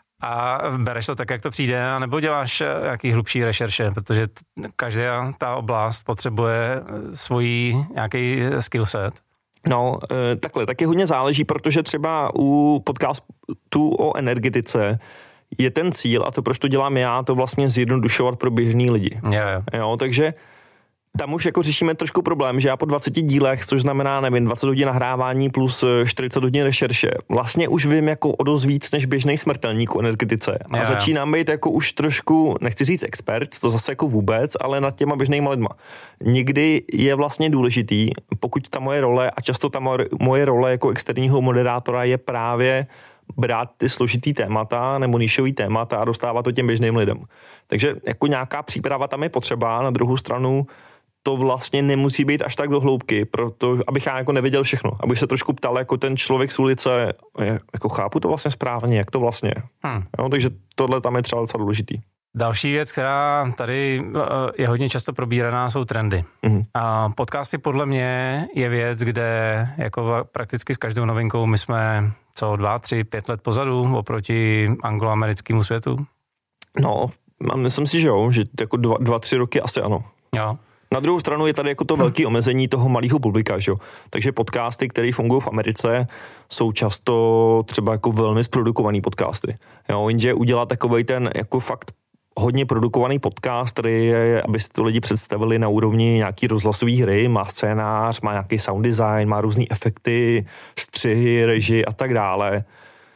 a bereš to tak, jak to přijde, anebo děláš nějaký hlubší rešerše, protože každá ta oblast potřebuje svůj nějaký skillset. No, takhle, taky hodně záleží, protože třeba u podcastu o energetice je ten cíl, a to proč to dělám já, to vlastně zjednodušovat pro běžný lidi. Jo, jo. Jo, takže tam už jako řešíme trošku problém, že já po dvaceti dílech, což znamená, nevím, dvacet hodin nahrávání plus čtyřicet hodin rešerše, vlastně už vím jako o dost víc než běžný smrtelník o energetice. A jo, začínám být jako už trošku, nechci říct expert, to zase jako vůbec, ale nad těma běžnýma lidma. Někdy je vlastně důležitý, pokud ta moje role, a často ta moje role jako externího moderátora je právě brát ty složitý témata nebo nišový témata a dostávat to těm běžným lidem. Takže jako nějaká příprava tam je potřeba, na druhou stranu to vlastně nemusí být až tak do hloubky, protože abych já jako nevěděl všechno, abych se trošku ptal jako ten člověk z ulice, jako chápu to vlastně správně, jak to vlastně. Hmm. Jo, takže tohle tam je třeba docela důležitý. Další věc, která tady je hodně často probíraná, jsou trendy. Mm-hmm. A podcasty podle mě je věc, kde jako prakticky s každou novinkou my jsme co dva, tři, pět let pozadu oproti angloamerickému světu. No, myslím si, že jo, že jako dva, dva tři roky asi ano. Jo. Na druhou stranu je tady jako to velké omezení toho malého publika, že jo. Takže podcasty, které fungují v Americe, jsou často třeba jako velmi zprodukovaný podcasty. Jo, jenže udělat takovej ten jako fakt hodně produkovaný podcast, který je, aby si to lidi představili na úrovni nějaký rozhlasový hry, má scénář, má nějaký sound design, má různý efekty, střihy, režii a tak dále.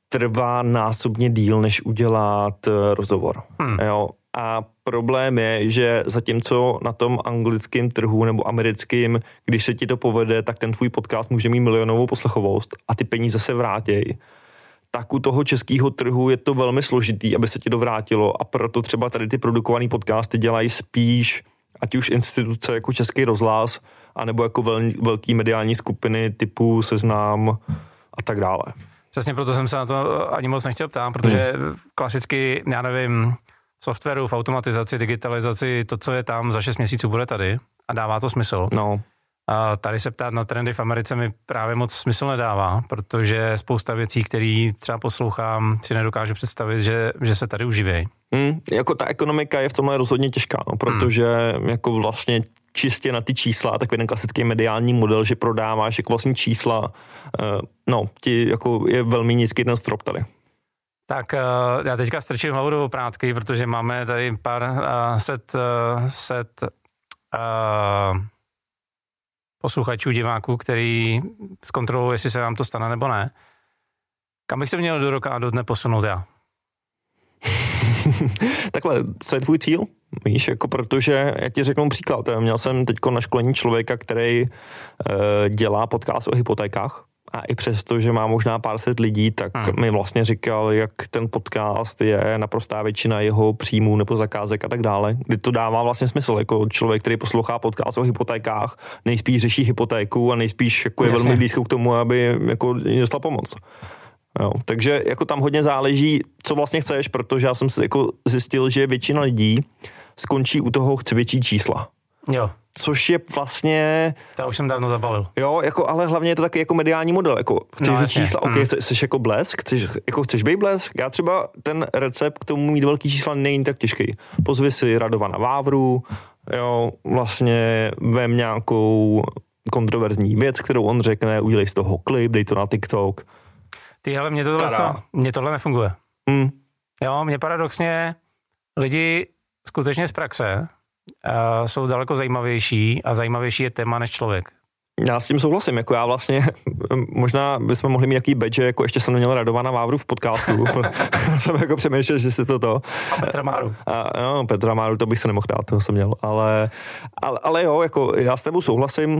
trvá násobně díl, než udělat rozhovor. Hmm. Jo. A problém je, že zatímco na tom anglickém trhu nebo americkém, když se ti to povede, tak ten tvůj podcast může mít milionovou poslechovost a ty peníze se vrátějí. Tak u toho českého trhu je to velmi složitý, aby se ti to vrátilo a proto třeba tady ty produkované podcasty dělají spíš, ať už instituce jako Český rozhlas, anebo jako vel, velký mediální skupiny typu Seznam a tak dále. Přesně proto jsem se na to ani moc nechtěl ptát, protože hmm. klasicky, já nevím, v softwaru, v automatizaci, digitalizaci, to, co je tam, za šest měsíců bude tady a dává to smysl. No. A tady se ptát na trendy v Americe mi právě moc smysl nedává, protože spousta věcí, které třeba poslouchám, si nedokážu představit, že, že se tady uživějí. Hmm, jako ta ekonomika je v tomhle rozhodně těžká, no, protože hmm. jako vlastně čistě na ty čísla, takový ten klasický mediální model, že prodáváš jako vlastně čísla, uh, no, ti jako je velmi nízký ten strop tady. Tak uh, já teďka strčím hlavu do oprátky, protože máme tady pár uh, set, uh, set uh, posluchačů, diváků, který zkontrolují, jestli se nám to stane nebo ne. Kam bych se měl do roka a do dne posunout já? Takhle, co je tvůj cíl? Víš, jako protože, já ti řeknu příklad, měl jsem teďko na školení člověka, který e, dělá podcast o hypotékách a i přesto, že má možná pár set lidí, tak hmm. mi vlastně říkal, jak ten podcast je naprostá většina jeho příjmů nebo zakázek a tak dále, kdy to dává vlastně smysl, jako člověk, který poslouchá podcast o hypotékách, nejspíš řeší hypotéku a nejspíš jako je velmi blízko k tomu, aby jako dostal pomoc. Jo, takže jako tam hodně záleží, co vlastně chceš, protože já jsem si jako zjistil, že většina lidí skončí u toho, chce větší čísla. Jo. Což je vlastně... To už jsem dávno zabalil. Jo, jako, ale hlavně je to taky jako mediální model. Jako, chceš no, čísla, hmm. ok, jsi, jsi jako blesk, chceš, jako chceš být blesk. Já třeba ten recept k tomu mít velký čísla není tak těžký. Pozvi si Radovana Vávru, jo, vlastně vem nějakou kontroverzní věc, kterou on řekne, udělej z toho klip, dej to na TikTok. Ty, hele, mně tohle, to, mně tohle nefunguje. Hmm. Jo, mně paradoxně lidi skutečně z praxe uh, jsou daleko zajímavější a zajímavější je téma než člověk. Já s tím souhlasím, jako já vlastně, možná bychom mohli mít nějaký badge, jako ještě jsem neměl Radovana Vávru v podcastu. jsem jako přemýšlel, že si to to. A Petra Máru. A, no, Petra Máru, to bych se nemohl dát, toho jsem měl, ale, ale, ale jo, jako já s tebou souhlasím.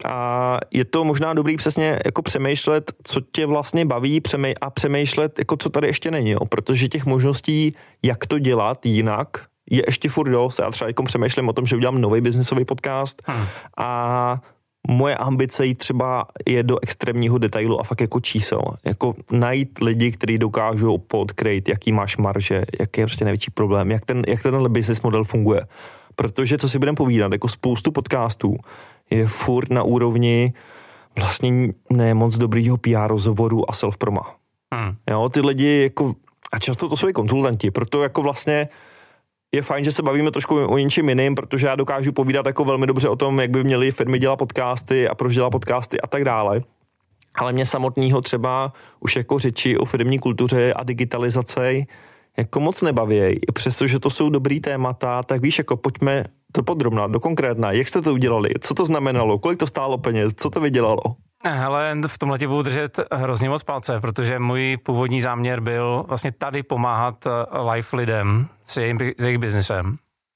A je to možná dobrý přesně jako přemýšlet, co tě vlastně baví přemý- a přemýšlet, jako co tady ještě není, jo? Protože těch možností, jak to dělat jinak, je ještě furt dost. Já třeba jako přemýšlím o tom, že udělám nový biznesový podcast hmm. a moje ambice jít třeba je do extrémního detailu a fakt jako čísel. Jako najít lidi, kteří dokážou podkrýt, jaký máš marže, jaký je prostě největší problém, jak ten, jak ten business model funguje. Protože, co si budeme povídat, jako spoustu podcastů je furt na úrovni vlastně ne moc dobrýho P R rozhovoru a self-proma. Hmm. Jo, ty lidi jako, a často to jsou i konzultanti, proto jako vlastně je fajn, že se bavíme trošku o něčem jiným, protože já dokážu povídat jako velmi dobře o tom, jak by měly firmy dělat podcasty a proč dělat podcasty a tak dále. Ale mě samotného třeba už jako řeči o firmní kultuře a digitalizaci jako moc nebaví, přestože to jsou dobrý témata, tak víš, jako pojďme to podrobná, do konkrétna, jak jste to udělali, co to znamenalo, kolik to stálo peněz, co to vydělalo? Hele, v tomhle ti budu držet hrozně moc palce, protože můj původní záměr byl vlastně tady pomáhat live lidem s jejich, s jejich biznesem.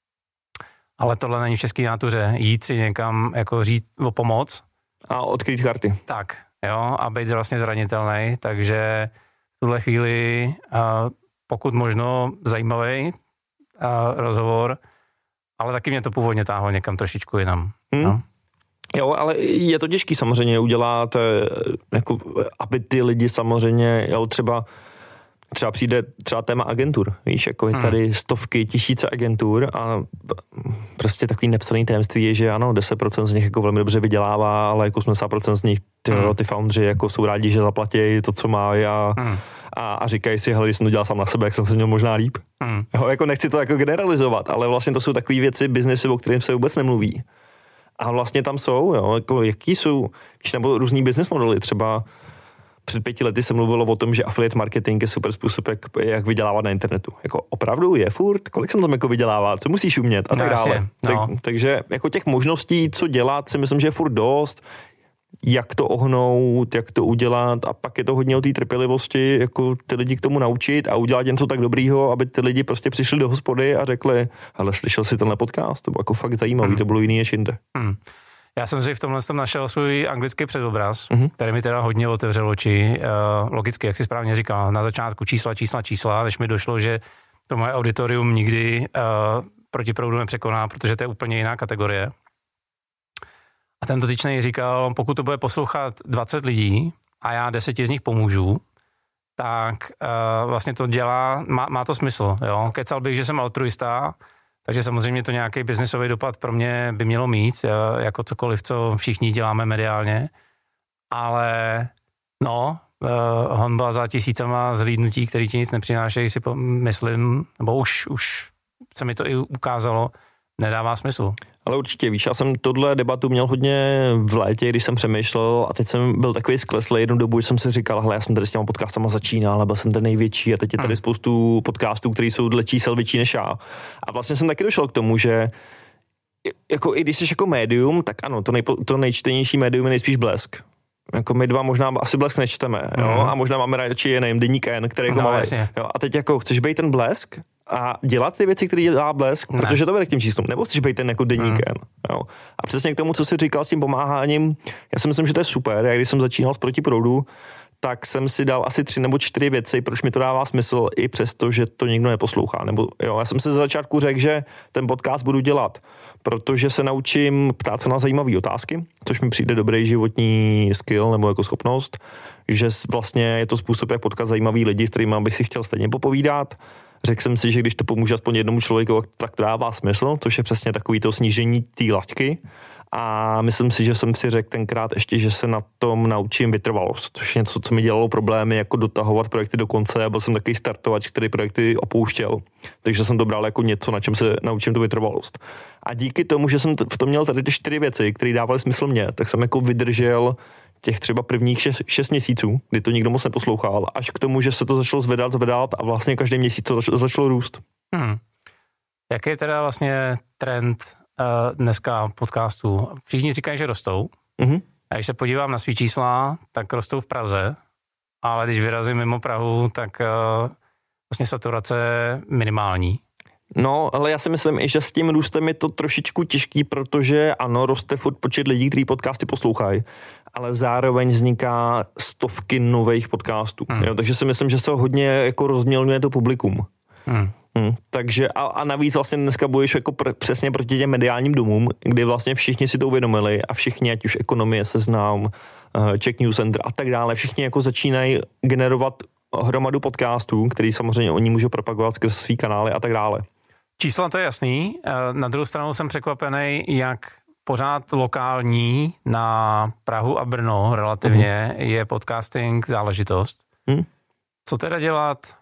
Ale tohle není v české nátuře, jít si někam jako říct o pomoc. A odkrýt karty. Tak, jo, a být vlastně zranitelný, takže v tuhle chvíli pokud možno zajímavý rozhovor, ale taky mě to původně táhlo někam trošičku jinam. Hmm. No. Jo, ale je to těžký samozřejmě udělat, jako, aby ty lidi samozřejmě, jo, třeba, třeba přijde třeba téma agentur, víš, jako je tady stovky, tisíce agentur a prostě takový nepsaný tajemství je, že ano, deset procent z nich jako velmi dobře vydělává, ale jako osmdesát procent z nich ty, hmm. ty foundři jako jsou rádi, že zaplatí to, co má a, hmm. a, a říkají si, hele, když jsem to dělal sám na sebe, jak jsem se měl možná líp. Hmm. Jo, jako nechci to jako generalizovat, ale vlastně to jsou takové věci, biznesy, o kterým se vůbec nemluví. A vlastně tam jsou, jo, jako jaký jsou, když nebo různý business modely, třeba před pěti lety se mluvilo o tom, že affiliate marketing je super způsob, jak, jak vydělávat na internetu. Jako opravdu je furt, kolik jsem tam jako vydělává, co musíš umět a tak no, dále. No. Tak, takže jako těch možností, co dělat, si myslím, že je furt dost. jak to ohnout, jak to udělat a pak je to hodně o té trpělivosti, jako ty lidi k tomu naučit a udělat něco tak dobrýho, aby ty lidi prostě přišli do hospody a řekli, ale slyšel jsi tenhle podcast, to bylo jako fakt zajímavý, hmm. to bylo jiný než jinde. Hmm. Já jsem si v tomhle tom našel svůj anglický předobraz, mm-hmm. který mi teda hodně otevřel oči. Uh, logicky, jak si správně říkal, na začátku čísla, čísla, čísla, než mi došlo, že to moje auditorium nikdy uh, proti proudu nepřekoná, protože to je úplně jiná kategorie. A ten dotyčnej říkal, pokud to bude poslouchat dvacet lidí a já deseti z nich pomůžu, tak uh, vlastně to dělá, má, má to smysl. Jo? Kecal bych, že jsem altruista, takže samozřejmě to nějaký biznisový dopad pro mě by mělo mít, jako cokoliv, co všichni děláme mediálně. Ale no, honba za tisícama zhlídnutí, který ti nic nepřinášejí, si myslím, nebo už, už se mi to i ukázalo, nedává smysl. Ale určitě, víš, já jsem tohle debatu měl hodně v létě, když jsem přemýšlel a teď jsem byl takový skleslý jednu dobu, že jsem si říkal, hele, já jsem tady s těma podcastama začínal, ale byl jsem ten největší a teď je tady hmm. spoustu podcastů, které jsou dle čísel větší než já. A vlastně jsem taky došel k tomu, že jako i když jsi jako médium, tak ano, to, nejpo, to nejčtenější médium je nejspíš Blesk. Jako my dva možná asi Blesk nečteme, jo? Mm. A možná máme radši, nevím, Deník N, který jako no, malý. A teď jako chceš být ten Blesk a dělat ty věci, které dělá Blesk, ne. protože to vede k těm číslům, nebo chceš být ten jako Deník N. Jo? A přesně k tomu, co jsi říkal s tím pomáháním, já si myslím, že to je super. Já když jsem začínal s Proti proudu, tak jsem si dal asi tři nebo čtyři věci, proč mi to dává smysl, i přesto, že to nikdo neposlouchá. Nebo, jo, já jsem si za začátku řekl, že ten podcast budu dělat, protože se naučím ptát se na zajímavé otázky, což mi přijde dobrý životní skill nebo jako schopnost, že vlastně je to způsob, jak potkat zajímavý lidi, s kterými bych si chtěl stejně popovídat. Řekl jsem si, že když to pomůže aspoň jednomu člověku, tak to dává smysl, což je přesně takový to snížení té laťky. A myslím si, že jsem si řekl tenkrát ještě, že se na tom naučím vytrvalost, což je něco, co mi dělalo problémy, jako dotahovat projekty do konce. Já byl jsem takový startovač, který projekty opouštěl. Takže jsem to bral jako něco, na čem se naučím tu vytrvalost. A díky tomu, že jsem v tom měl tady ty čtyři věci, které dávaly smysl mně, tak jsem jako vydržel těch třeba prvních šest, šest měsíců, kdy to nikdo moc neposlouchal, až k tomu, že se to začalo zvedat, zvedat a vlastně každý měsíc to začalo, začalo růst. Hmm. Jaký je teda vlastně trend uh, dneska podcastů? Všichni říkají, že rostou. Mm-hmm. A když se podívám na svý čísla, tak rostou v Praze, ale když vyrazím mimo Prahu, tak uh, vlastně saturace minimální. No, ale já si myslím i, že s tím růstem je to trošičku těžký, protože ano, roste furt počet lidí, kteří podcasty poslouchají, ale zároveň vzniká stovky nových podcastů. Hmm. Jo, takže si myslím, že se hodně jako rozmělňuje to publikum. Hmm. Hmm, takže a, a navíc vlastně dneska bojuješ jako pr- přesně proti těm mediálním domům, kdy vlastně všichni si to uvědomili a všichni, ať už Ekonomie, Seznam, uh, Czech News Center a tak dále, všichni jako začínají generovat hromadu podcastů, který samozřejmě oni můžou propagovat skrz svý kanály a tak dále. Čísla to je jasný. Na druhou stranu jsem překvapený, jak pořád lokální na Prahu a Brno relativně uh-huh. je podcasting záležitost. Hmm. Co teda dělat?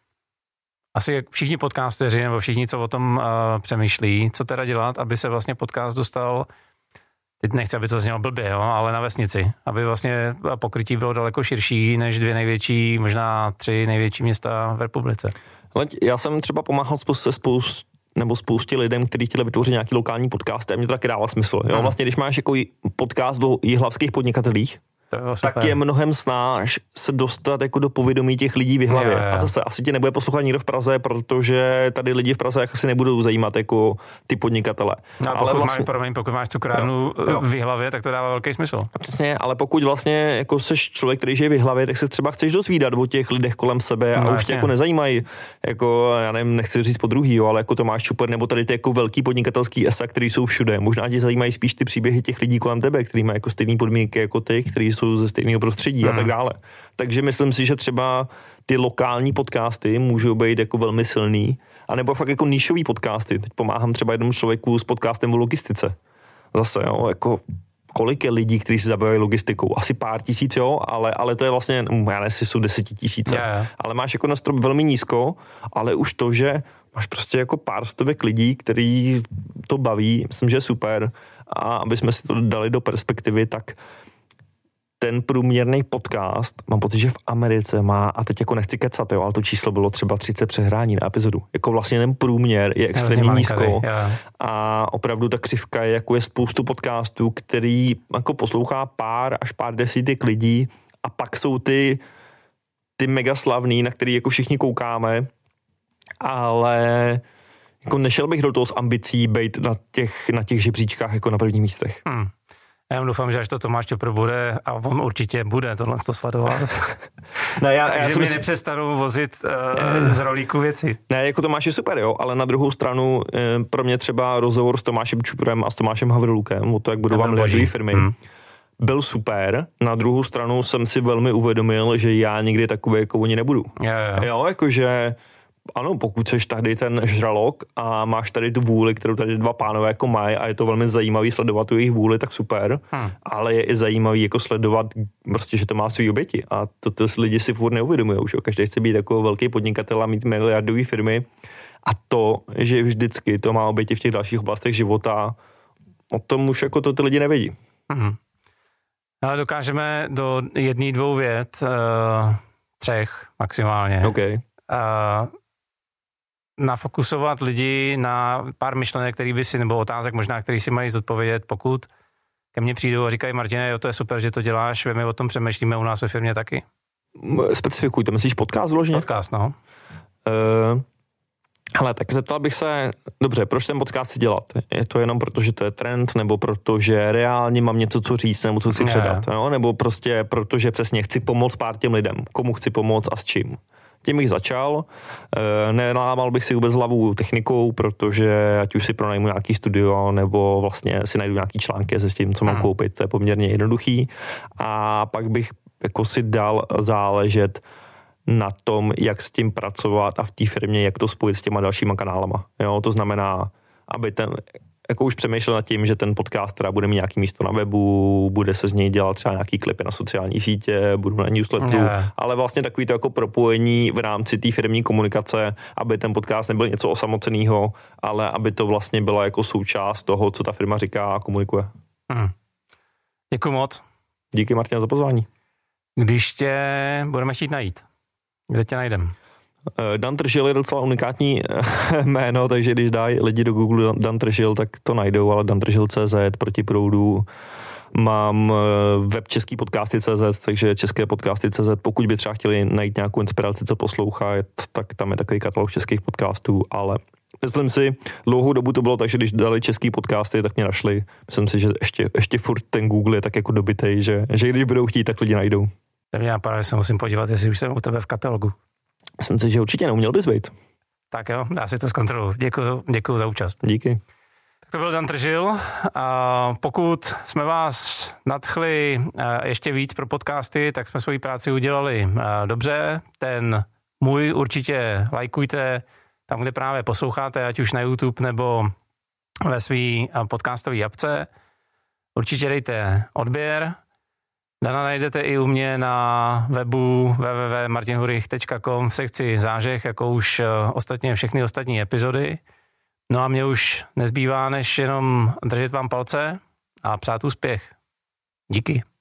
Asi všichni podcasteři nebo všichni, co o tom uh, přemýšlí, co teda dělat, aby se vlastně podcast dostal, teď nechci, aby to znělo blbě, jo, ale na vesnici, aby vlastně pokrytí bylo daleko širší než dvě největší, možná tři největší města v republice. Já jsem třeba pomáhal se spoust nebo spoustě lidem, kteří chtěli vytvořit nějaký lokální podcast a mě to taky dává smysl. Jo? Vlastně, když máš jako podcast o jihlavských podnikatelích, tak je mnohem snáž se dostat jako do povědomí těch lidí v Jihlavě. Je, je. A zase asi tě nebude poslouchat nikdo v Praze, protože tady lidi v Praze asi nebudou zajímat jako ty podnikatele. No, ale pokud, vlastně, máš, promiň, pokud máš cukrárnu v Jihlavě, tak to dává velký smysl. Přesně, ale pokud vlastně jako seš člověk, který žije v Jihlavě, tak se třeba chceš dozvídat o těch lidech kolem sebe a no, už tě jako nezajímají, jako já nevím, nechci říct po druhý, jo, ale jako Tomáš Čuper nebo tady ty jako velký podnikatelský esa, který jsou všude. Možná tě zajímají spíš ty příběhy těch lidí kolem tebe, kteří mají jako stejné podmínky jako ty, kteří jsou ze stejného prostředí hmm. a tak dále. Takže myslím si, že třeba ty lokální podcasty můžou být jako velmi silný, anebo fakt jako nišový podcasty. Teď pomáhám třeba jednomu člověku s podcastem o logistice. Zase, jo, jako kolik je lidí, kteří se zabývají logistikou? Asi pár tisíc, jo, ale, ale to je vlastně, já nevím, jestli jsou desetitisíce. Yeah. Ale máš jako na strop velmi nízko, ale už to, že máš prostě jako pár stovek lidí, který to baví, myslím, že je super. A aby jsme si to dali do perspektivy, tak ten průměrný podcast, mám pocit, že v Americe má, a teď jako nechci kecat, jo, ale to číslo bylo třeba třicet přehrání na epizodu. Jako vlastně ten průměr je extrémně nízko a opravdu ta křivka je, jako je spoustu podcastů, který jako poslouchá pár až pár desítek lidí a pak jsou ty, ty mega slavný, na který jako všichni koukáme, ale jako nešel bych do toho s ambicí být na těch, na těch žebříčkách jako na prvních místech. Hmm. Já doufám, že až to Tomáš Čopr bude, a on určitě bude tohle to sledovat. Ne, já, Takže já mi si... nepřestanu vozit uh, z rolíku věci. Ne, jako Tomáš je super, jo, ale na druhou stranu e, pro mě třeba rozhovor s Tomášem Čuprem a s Tomášem Havrlukem, o to, jak budou vám lidové firmy, hmm. byl super. Na druhou stranu jsem si velmi uvědomil, že já nikdy takový jako oni nebudu. Jo, jo. jo jakože ano, pokud seš tady ten žralok a máš tady tu vůli, kterou tady dva pánové jako mají a je to velmi zajímavý sledovat tu jejich vůli, tak super, hmm. ale je i zajímavý jako sledovat prostě, že to má svý oběti a to, to lidi si furt neuvědomujou, že každý chce být jako velký podnikatel a mít miliardové firmy a to, že vždycky to má oběti v těch dalších oblastech života, o tom už jako to ty lidi nevědí. Hmm. Ale dokážeme do jedné, dvou vět, uh, třech maximálně. Okay. Uh, nafokusovat lidi na pár myšlenek, který by si, nebo otázek možná, který si mají zodpovědět, pokud ke mně přijdou a říkají, Martine, jo, to je super, že to děláš, my o tom přemýšlíme u nás ve firmě taky. Specifikuj, to myslíš podcast vložně? Podcast, no. Uh, hele, tak zeptal bych se, dobře, proč ten podcast si dělat? Je to jenom proto, že to je trend, nebo protože reálně mám něco, co říct, nebo co si předat, no? Nebo prostě protože přesně chci pomoct pár těm lidem, komu chci pomoct a s čím. Tím bych začal, nenámal bych si vůbec hlavu technikou, protože ať už si pronajmu nějaký studio, nebo vlastně si najdu nějaký články se s tím, co mám koupit, to je poměrně jednoduchý. A pak bych jako si dal záležet na tom, jak s tím pracovat a v té firmě, jak to spojit s těma dalšíma kanálama. Jo, to znamená, aby ten, jako už přemýšlel nad tím, že ten podcast teda bude mít nějaký místo na webu, bude se z něj dělat třeba nějaký klipy na sociální sítě, budu na newsletteru, yeah. ale vlastně takový to jako propojení v rámci té firmní komunikace, aby ten podcast nebyl něco osamoceného, ale aby to vlastně byla jako součást toho, co ta firma říká a komunikuje. Hmm. Děkuji moc. Díky, Martina, za pozvání. Když tě budeme chtít najít, kde tě najdem? Dan Tržil je docela unikátní jméno, takže když dají lidi do Google Dan Tržil, tak to najdou, ale Dan Tržil tečka cé zet proti proudu. Mám web český podcasty tečka cé zet, takže české podcasty tečka cé zet. Pokud by třeba chtěli najít nějakou inspiraci, co poslouchat, tak tam je takový katalog českých podcastů, ale myslím si, dlouhou dobu to bylo tak, že když dali český podcasty, tak mě našli. Myslím si, že ještě, ještě furt ten Google je tak jako dobitej, že, že když budou chtít, tak lidi najdou. To mě napadá, že se musím podívat, jestli už jsem u tebe v katalogu. Myslím si, že určitě neuměl bys být. Tak jo, já si to zkontroluji. Děkuji, děkuji za účast. Díky. Tak to byl Dan Tržil. A pokud jsme vás nadchli ještě víc pro podcasty, tak jsme svoji práci udělali dobře. Ten můj určitě lajkujte tam, kde právě posloucháte, ať už na YouTube nebo ve své podcastové apce. Určitě dejte odběr. Dana najdete i u mě na webu w w w tečka martin hurich tečka com v sekci zážeh, jako už ostatně všechny ostatní epizody. No a mě už nezbývá, než jenom držet vám palce a přát úspěch. Díky.